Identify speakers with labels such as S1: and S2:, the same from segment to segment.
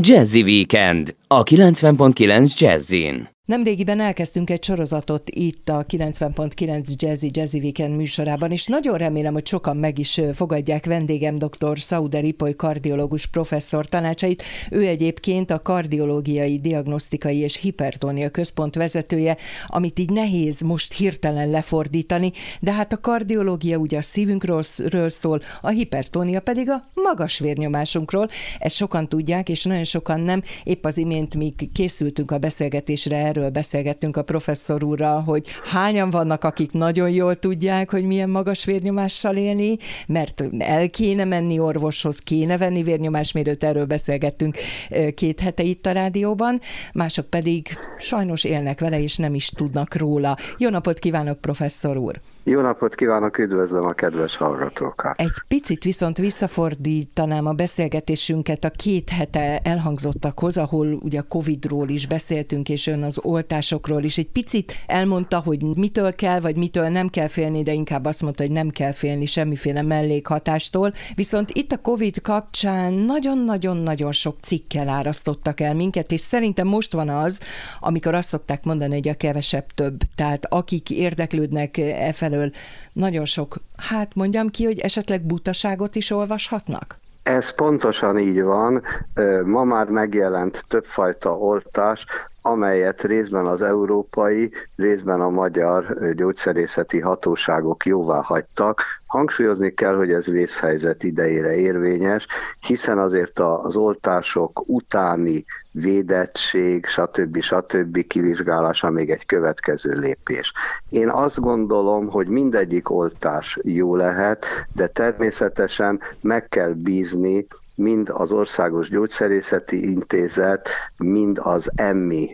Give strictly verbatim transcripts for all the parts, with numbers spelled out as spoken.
S1: Jazzy Weekend a kilencven pont kilenc Jazzin.
S2: Nemrégiben elkezdtünk egy sorozatot itt a kilencven pont kilenc Jazzy Jazzy Weekend műsorában, és nagyon remélem, hogy sokan meg is fogadják vendégem dr. Sauder Ipoly kardiológus professzor tanácsait. Ő egyébként a Kardiológiai Diagnosztikai és Hipertónia Központ vezetője, amit így nehéz most hirtelen lefordítani, de hát a kardiológia ugye a szívünkről szól, a hipertónia pedig a magas vérnyomásunkról. Ezt sokan tudják, és nagyon sokan nem. Épp az imént, míg készültünk a beszélgetésre, erről beszélgettünk a professzor úrral, hogy hányan vannak, akik nagyon jól tudják, hogy milyen magas vérnyomással élni, mert el kéne menni orvoshoz, kéne venni vérnyomásmérőt, erről beszélgettünk két hete itt a rádióban, mások pedig sajnos élnek vele, és nem is tudnak róla. Jó napot kívánok, professzor úr!
S3: Jó napot kívánok, üdvözlöm a kedves hallgatókat!
S2: Egy picit viszont visszafordítanám a beszélgetésünket a két hete elhangzottakhoz, ahol ugye a Covidról is beszéltünk, és ön az oltásokról is. Egy picit elmondta, hogy mitől kell, vagy mitől nem kell félni, de inkább azt mondta, hogy nem kell félni semmiféle mellékhatástól. Viszont itt a Covid kapcsán nagyon-nagyon-nagyon sok cikkel árasztottak el minket, és szerintem most van az, amikor azt szokták mondani, hogy a kevesebb több. Tehát akik érdeklődnek e felől, nagyon sok, hát mondjam ki, hogy esetleg butaságot is olvashatnak?
S3: Ez pontosan így van. Ma már megjelent többfajta oltás, amelyet részben az európai, részben a magyar gyógyszerészeti hatóságok jóvá hagytak. Hangsúlyozni kell, hogy ez vészhelyzet idejére érvényes, hiszen azért az oltások utáni védettség, stb. stb. Kivizsgálása még egy következő lépés. Én azt gondolom, hogy mindegyik oltás jó lehet, de természetesen meg kell bízni mind az Országos Gyógyszerészeti Intézet, mind az e em i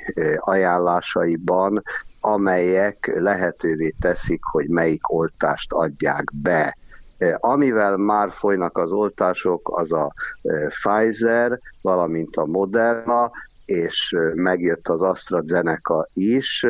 S3: ajánlásaiban, amelyek lehetővé teszik, hogy melyik oltást adják be. Amivel már folynak az oltások, az a Pfizer, valamint a Moderna, és megjött az AstraZeneca is,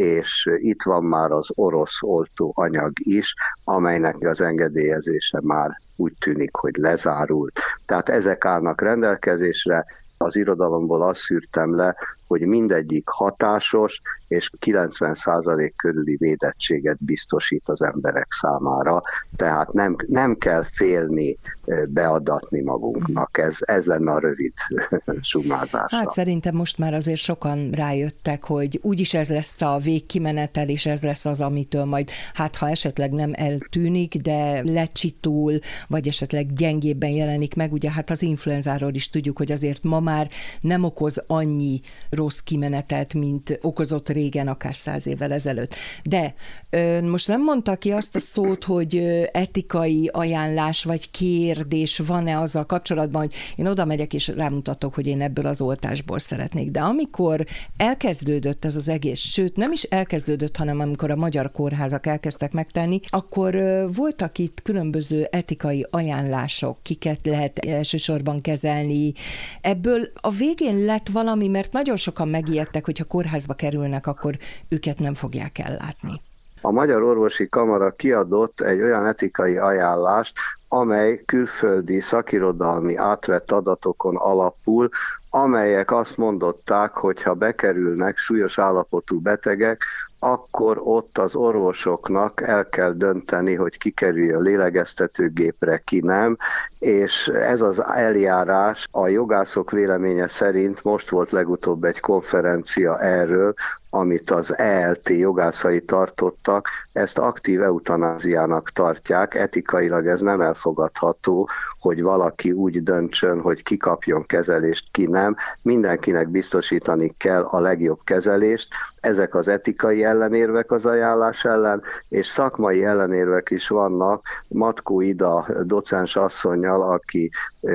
S3: és itt van már az orosz oltóanyag is, amelynek az engedélyezése már úgy tűnik, hogy lezárult. Tehát ezek állnak rendelkezésre, az irodalomból azt szűrtem le, hogy mindegyik hatásos és kilencven százalék körüli védettséget biztosít az emberek számára, tehát nem, nem kell félni beadatni magunknak. Ez, ez lenne a rövid summázása.
S2: Hát szerintem most már azért sokan rájöttek, hogy úgyis ez lesz a végkimenetel, és ez lesz az, amitől majd, hát ha esetleg nem eltűnik, de lecsitul, vagy esetleg gyengébben jelenik meg. Ugye hát az influenzáról is tudjuk, hogy azért ma már nem okoz annyi rossz kimenetelt, mint okozott régen, akár száz évvel ezelőtt. De ö, most nem mondta ki azt a szót, hogy etikai ajánlás vagy kérdés van-e azzal kapcsolatban, hogy én oda megyek és rámutatok, hogy én ebből az oltásból szeretnék. De amikor elkezdődött ez az egész, sőt nem is elkezdődött, hanem amikor a magyar kórházak elkezdtek megtenni, akkor ö, voltak itt különböző etikai ajánlások, kiket lehet elsősorban kezelni. Ebből a végén lett valami, mert nagyon sokan megijedtek, hogy ha kórházba kerülnek, akkor őket nem fogják ellátni.
S3: A Magyar Orvosi Kamara kiadott egy olyan etikai ajánlást, amely külföldi szakirodalmi átvett adatokon alapul, amelyek azt mondották, hogy ha bekerülnek súlyos állapotú betegek, akkor ott az orvosoknak el kell dönteni, hogy ki kerüljön lélegeztetőgépre, ki nem, és ez az eljárás a jogászok véleménye szerint most volt legutóbb egy konferencia erről, amit az e el té jogászai tartottak, ezt aktív eutanáziának tartják, etikailag ez nem elfogadható, hogy valaki úgy döntsön, hogy ki kapjon kezelést, ki nem. Mindenkinek biztosítani kell a legjobb kezelést. Ezek az etikai ellenérvek az ajánlás ellen, és szakmai ellenérvek is vannak. Matkó Ida docens asszonnyal, aki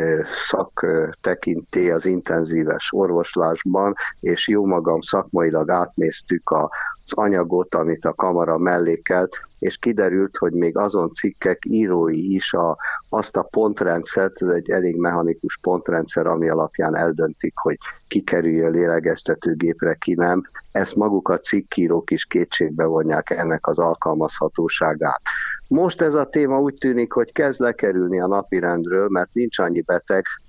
S3: szaktekintély az intenzíves orvoslásban, és jó magam szakmailag átnéztük az anyagot, amit a kamara mellékelt, és kiderült, hogy még azon cikkek írói is a, azt a pontrendszert, ez egy elég mechanikus pontrendszer, ami alapján eldöntik, hogy ki kerüljön lélegeztetőgépre, ki nem. Ezt maguk a cikkírók is kétségbe vonják ennek az alkalmazhatóságát. Most ez a téma úgy tűnik, hogy kezd lekerülni a napirendről, mert nincs annyi beteg,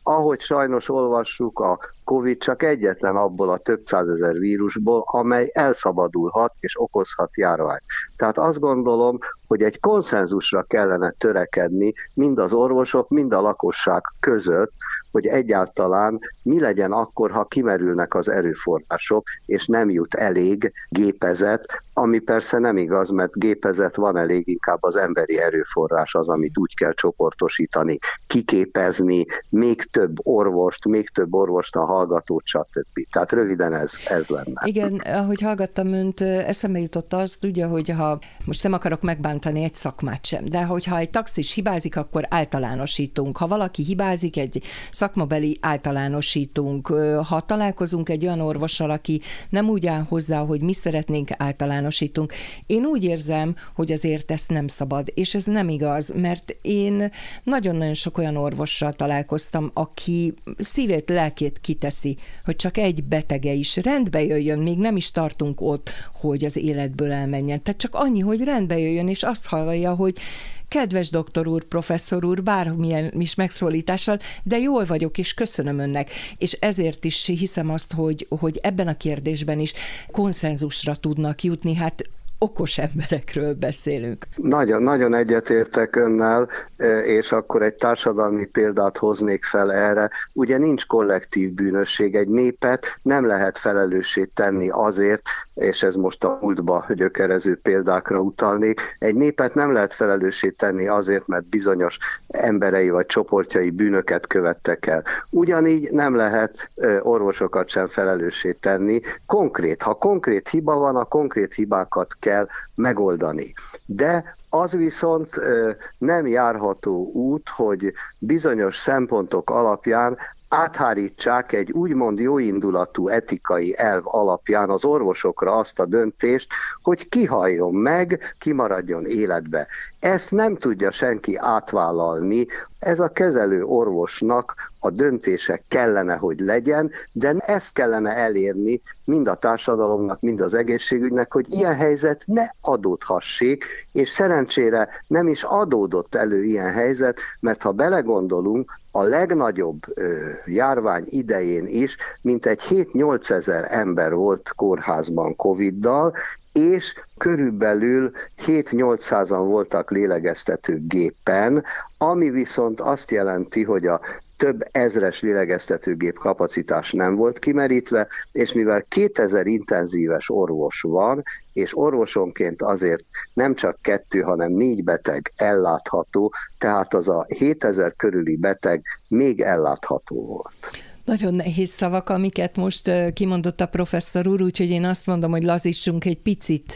S3: ahogy sajnos olvassuk, a Covid csak egyetlen abból a több százezer vírusból, amely elszabadulhat és okozhat járványt. Tehát azt gondolom, hogy egy konszenzusra kellene törekedni mind az orvosok, mind a lakosság között, hogy egyáltalán mi legyen akkor, ha kimerülnek az erőforrások, és nem jut elég gépezet, ami persze nem igaz, mert gépezet van elég, inkább az emberi erőforrás az, amit úgy kell csoportosítani, kiképezni, még több orvost, még több orvost a hallgatót, stb. Tehát röviden ez, ez lenne.
S2: Igen, ahogy hallgattam önt, eszembe jutott az, tudja, hogy ha most nem akarok megbántani egy szakmát sem, de hogyha egy taxis hibázik, akkor általánosítunk. Ha valaki hibázik, egy szakmabeli általánosítunk. Ha találkozunk egy olyan orvossal, aki nem úgy áll hozzá, hogy mi szeretnénk, általánosítunk. Én úgy érzem, hogy azért ezt nem szabad, és ez nem igaz, mert én nagyon-nagyon sok olyan orvossal találkoztam, aki szívét, lelkét kiteszi, hogy csak egy betege is rendbe jöjjön, még nem is tartunk ott, hogy az életből elmenjen. Tehát csak annyi, hogy rendbe jöjjön, és azt hallja, hogy kedves doktor úr, professzor úr, bármilyen is megszólítással, de jól vagyok, és köszönöm önnek. És ezért is hiszem azt, hogy, hogy ebben a kérdésben is konszenzusra tudnak jutni. Hát okos emberekről beszélünk.
S3: Nagyon, nagyon egyetértek önnel, és akkor egy társadalmi példát hoznék fel erre. Ugye nincs kollektív bűnösség, egy népet nem lehet felelőssé tenni azért, és ez most a múltba gyökerező példákra utalnék, egy népet nem lehet felelőssé tenni azért, mert bizonyos emberei vagy csoportjai bűnöket követtek el. Ugyanígy nem lehet orvosokat sem felelőssé tenni. Konkrét, ha konkrét hiba van, a konkrét hibákat kell megoldani. De az viszont nem járható út, hogy bizonyos szempontok alapján áthárítsák egy úgymond jóindulatú etikai elv alapján az orvosokra azt a döntést, hogy kihalljon meg, kimaradjon életbe. Ezt nem tudja senki átvállalni, ez a kezelő orvosnak a döntése kellene, hogy legyen, de ezt kellene elérni mind a társadalomnak, mind az egészségügynek, hogy ilyen helyzet ne adódhassék, és szerencsére nem is adódott elő ilyen helyzet, mert ha belegondolunk, a legnagyobb ö, járvány idején is mintegy hét-nyolc ezer ember volt kórházban Coviddal, és körülbelül hét-nyolcszázan voltak lélegeztetőgépen, ami viszont azt jelenti, hogy a több ezres lélegeztetőgép kapacitás nem volt kimerítve, és mivel kétezer intenzíves orvos van, és orvosonként azért nem csak kettő, hanem négy beteg ellátható, tehát az a hétezer körüli beteg még ellátható volt.
S2: Nagyon nehéz szavak, amiket most kimondott a professzor úr, úgyhogy én azt mondom, hogy lazítsunk egy picit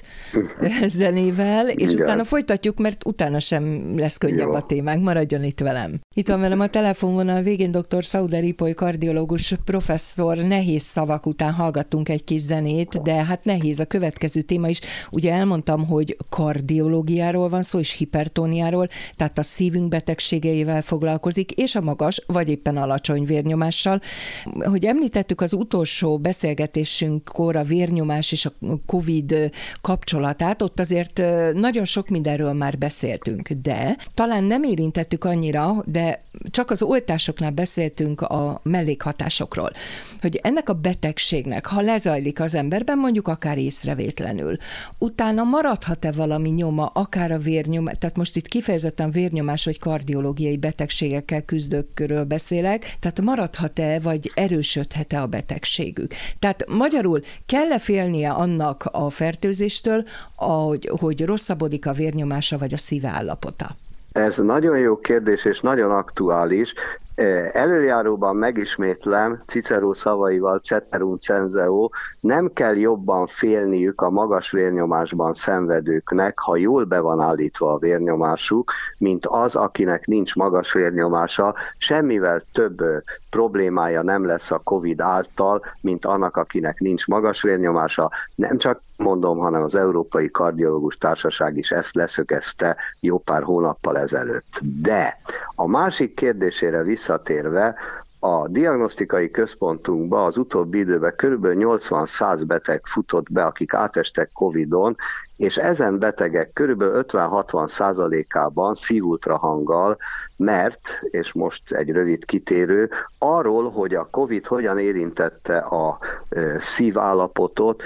S2: zenével, és igen, utána folytatjuk, mert utána sem lesz könnyebb jó a témánk. Maradjon itt velem. Itt van velem a telefonvonal végén dr. Sauder Ipoly kardiológus professzor. Nehéz szavak után hallgattunk egy kis zenét, de hát nehéz a következő téma is. Ugye elmondtam, hogy kardiológiáról van szó, és hipertóniáról, tehát a szívünk betegségeivel foglalkozik, és a magas, vagy éppen alacsony vérnyomással. Hogy említettük az utolsó beszélgetésünkkor a vérnyomás és a Covid kapcsolatát, ott azért nagyon sok mindenről már beszéltünk, de talán nem érintettük annyira, de csak az oltásoknál beszéltünk a mellékhatásokról, hogy ennek a betegségnek, ha lezajlik az emberben, mondjuk akár észrevétlenül, utána maradhat-e valami nyoma, akár a vérnyomás, tehát most itt kifejezetten vérnyomás vagy kardiológiai betegségekkel küzdőkről beszélek, tehát maradhat-e, vagy erősödhet-e a betegségük? Tehát magyarul kell-e félnie annak a fertőzéstől, hogy, hogy rosszabbodik a vérnyomása vagy a szívállapota?
S3: Ez nagyon jó kérdés, és nagyon aktuális. Előjáróban megismétlem Cicero szavaival, ceterum censeo, nem kell jobban félniük a magas vérnyomásban szenvedőknek, ha jól be van állítva a vérnyomásuk, mint az, akinek nincs magas vérnyomása, semmivel több problémája nem lesz a Covid által, mint annak, akinek nincs magas vérnyomása. Nem csak mondom, hanem az Európai Kardiológus Társaság is ezt leszögezte jó pár hónappal ezelőtt. De a másik kérdésére visszatérve, A diagnosztikai központunkba az utóbbi időben kb. nyolcvan-száz beteg futott be, akik átestek Covidon, és ezen betegek kb. ötven-hatvan százalékában szívultrahanggal, mert, és most egy rövid kitérő, arról, hogy a Covid hogyan érintette a e, szívállapotot,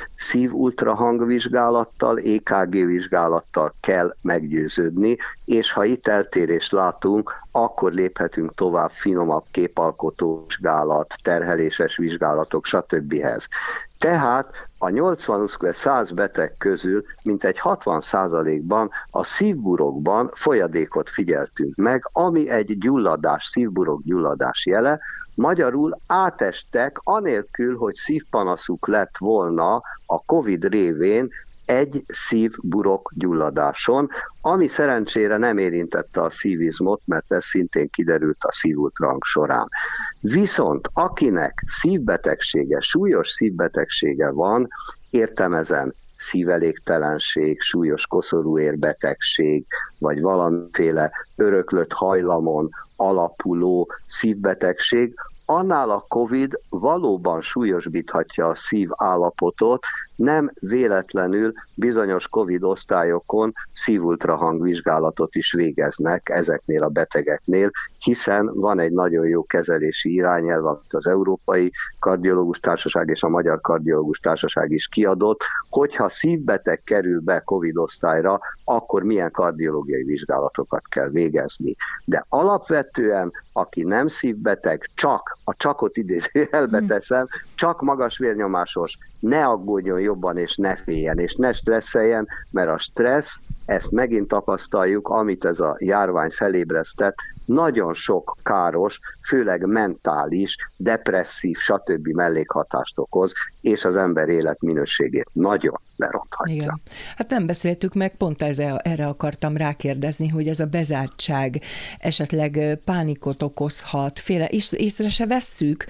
S3: szívultrahangvizsgálattal, é ká gé vizsgálattal kell meggyőződni, és ha itt eltérést látunk, akkor léphetünk tovább finomabb képalkotó vizsgálat, terheléses vizsgálatok, stb. Tehát a nyolcvan-száz beteg közül mintegy hatvan százalékban a szívburokban folyadékot figyeltünk meg, ami egy gyulladás, szívburok gyulladás jele, magyarul átestek anélkül, hogy szívpanaszuk lett volna a Covid révén egy szívburok gyulladáson, ami szerencsére nem érintette a szívizmot, mert ez szintén kiderült a szívultrahang során. Viszont akinek szívbetegsége, súlyos szívbetegsége van, értem ezen szívelégtelenség, súlyos koszorúérbetegség, vagy valamiféle öröklött hajlamon alapuló szívbetegség, annál a Covid valóban súlyosbíthatja a szív állapotot, nem véletlenül bizonyos Covid osztályokon szívultrahang vizsgálatot is végeznek ezeknél a betegeknél, hiszen van egy nagyon jó kezelési irányelv, amit az Európai Kardiológus Társaság és a Magyar Kardiológus Társaság is kiadott, hogyha szívbeteg kerül be Covid osztályra, akkor milyen kardiológiai vizsgálatokat kell végezni. De alapvetően, aki nem szívbeteg, csak, a csakot idézőjelbe teszem, csak magas vérnyomásos, ne aggódjon jobban, és ne féljen, és ne stresszeljen, mert a stressz, ezt megint tapasztaljuk, amit ez a járvány felébresztett, nagyon sok káros, főleg mentális, depresszív, stb. Mellékhatást okoz, és az ember életminőségét nagyon leronthatja.
S2: Igen. Hát nem beszéltük meg, pont erre, erre akartam rákérdezni, hogy ez a bezártság esetleg pánikot okozhat, féle, ész, észre se vesszük,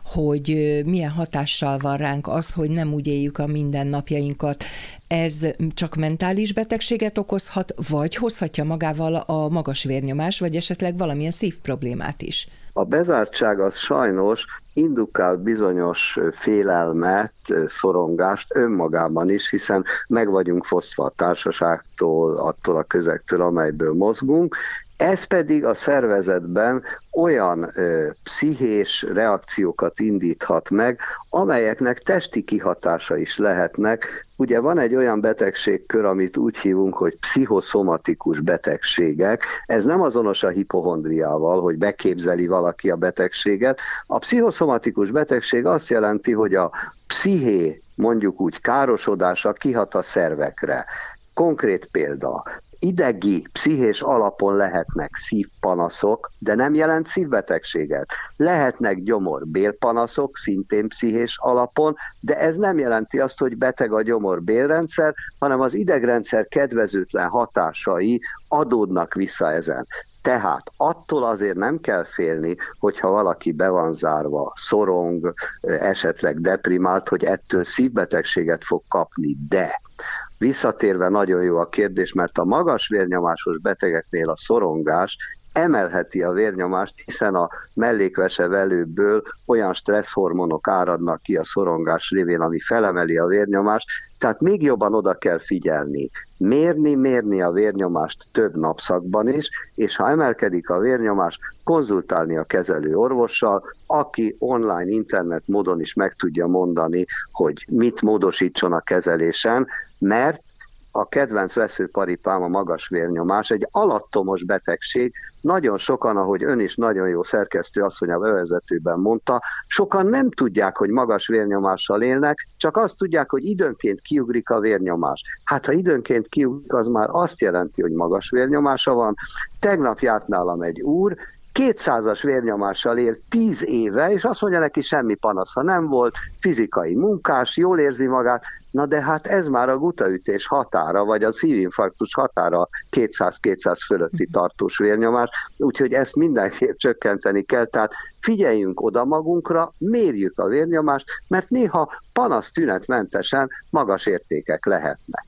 S2: hogy milyen hatással van ránk az, hogy nem úgy éljük a mindennapjainkat. Ez csak mentális betegséget okozhat, vagy hozhatja magával a magas vérnyomás, vagy esetleg valamilyen szívproblémát is?
S3: A bezártság az sajnos indukál bizonyos félelmet, szorongást önmagában is, hiszen meg vagyunk fosztva a társaságtól, attól a közegtől, amelyből mozgunk. Ez pedig a szervezetben olyan ö, pszichés reakciókat indíthat meg, amelyeknek testi kihatása is lehetnek. Ugye van egy olyan betegségkör, amit úgy hívunk, hogy pszichoszomatikus betegségek. Ez nem azonos a hipohondriával, hogy beképzeli valaki a betegséget. A pszichoszomatikus betegség azt jelenti, hogy a psziché, mondjuk úgy károsodása kihat a szervekre. Konkrét példa. Idegi, pszichés alapon lehetnek szívpanaszok, de nem jelent szívbetegséget. Lehetnek gyomor-bélpanaszok, szintén pszichés alapon, de ez nem jelenti azt, hogy beteg a gyomor-bélrendszer, hanem az idegrendszer kedvezőtlen hatásai adódnak vissza ezen. Tehát attól azért nem kell félni, hogyha valaki be van zárva, szorong, esetleg deprimált, hogy ettől szívbetegséget fog kapni, de visszatérve nagyon jó a kérdés, mert a magas vérnyomásos betegeknél a szorongás emelheti a vérnyomást, hiszen a mellékvesevelőből olyan stresszhormonok áradnak ki a szorongás révén, ami felemeli a vérnyomást, tehát még jobban oda kell figyelni. Mérni, mérni a vérnyomást több napszakban is, és ha emelkedik a vérnyomás, konzultálni a kezelő orvossal, aki online, internet módon is meg tudja mondani, hogy mit módosítson a kezelésen, mert a kedvenc veszőparipám a magas vérnyomás, egy alattomos betegség, nagyon sokan, ahogy ön is nagyon jó szerkesztő asszony a bevezetőben mondta, sokan nem tudják, hogy magas vérnyomással élnek, csak azt tudják, hogy időnként kiugrik a vérnyomás. Hát ha időnként kiugrik, az már azt jelenti, hogy magas vérnyomása van. Tegnap járt nálam egy úr, kétszázas vérnyomással él tíz éve, és azt mondja neki, semmi panasza nem volt, fizikai munkás, jól érzi magát, na de hát ez már a gutaütés határa, vagy a szívinfarktus határa kétszáz-kétszáz fölötti tartós vérnyomás, úgyhogy ezt mindenképp csökkenteni kell, tehát figyeljünk oda magunkra, mérjük a vérnyomást, mert néha panasz tünetmentesen magas értékek lehetnek.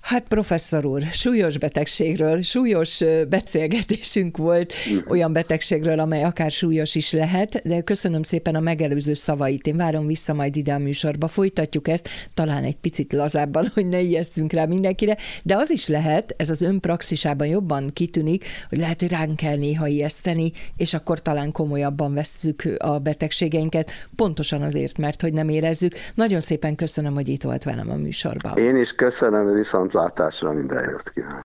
S2: Hát professzor úr, súlyos betegségről, súlyos beszélgetésünk volt, olyan betegségről, amely akár súlyos is lehet, de köszönöm szépen a megelőző szavait. Én várom vissza majd ide a műsorba. Folytatjuk ezt, talán egy picit lazábban, hogy ne ijesztünk rá mindenkire, de az is lehet, ez az ön praxisában jobban kitűnik, hogy lehet, hogy ránk kell néha ijeszteni, és akkor talán komolyabban vesszük a betegségeinket, pontosan azért, mert hogy nem érezzük. Nagyon szépen köszönöm, hogy itt volt velem a műsorban.
S3: Én is köszönöm, viszontlátásra, minden jót kívánok.